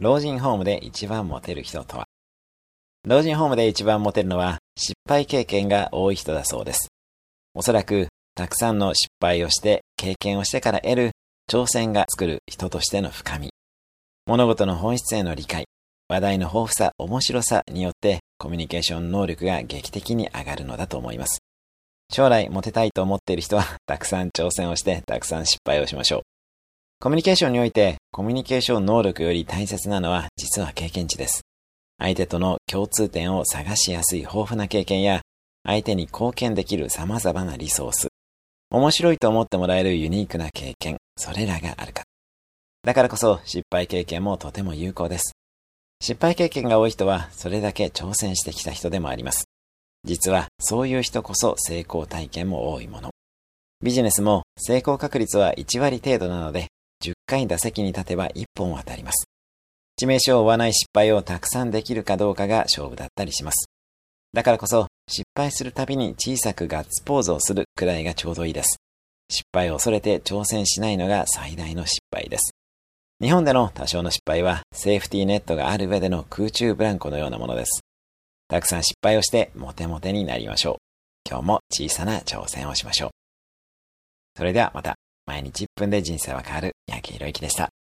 老人ホームで一番モテる人とは。老人ホームで一番モテるのは失敗経験が多い人だそうです。おそらくたくさんの失敗をして経験をしてから得る挑戦が作る人としての深み。物事の本質への理解、話題の豊富さ、面白さによってコミュニケーション能力が劇的に上がるのだと思います。将来モテたいと思っている人はたくさん挑戦をしてたくさん失敗をしましょう。コミュニケーションにおいてコミュニケーション能力より大切なのは実は経験値です。相手との共通点を探しやすい豊富な経験や相手に貢献できる様々なリソース、面白いと思ってもらえるユニークな経験、それらがあるか。だからこそ失敗経験もとても有効です。失敗経験が多い人はそれだけ挑戦してきた人でもあります。実はそういう人こそ成功体験も多いもの。ビジネスも成功確率は1割程度なので10回打席に立てば1本当たります。致命傷を負わない失敗をたくさんできるかどうかが勝負だったりします。だからこそ失敗するたびに小さくガッツポーズをするくらいがちょうどいいです。失敗を恐れて挑戦しないのが最大の失敗です。日本での多少の失敗はセーフティーネットがある上での空中ブランコのようなものです。たくさん失敗をしてモテモテになりましょう。今日も小さな挑戦をしましょう。それではまた。毎日1分で人生は変わる三宅宏之でした。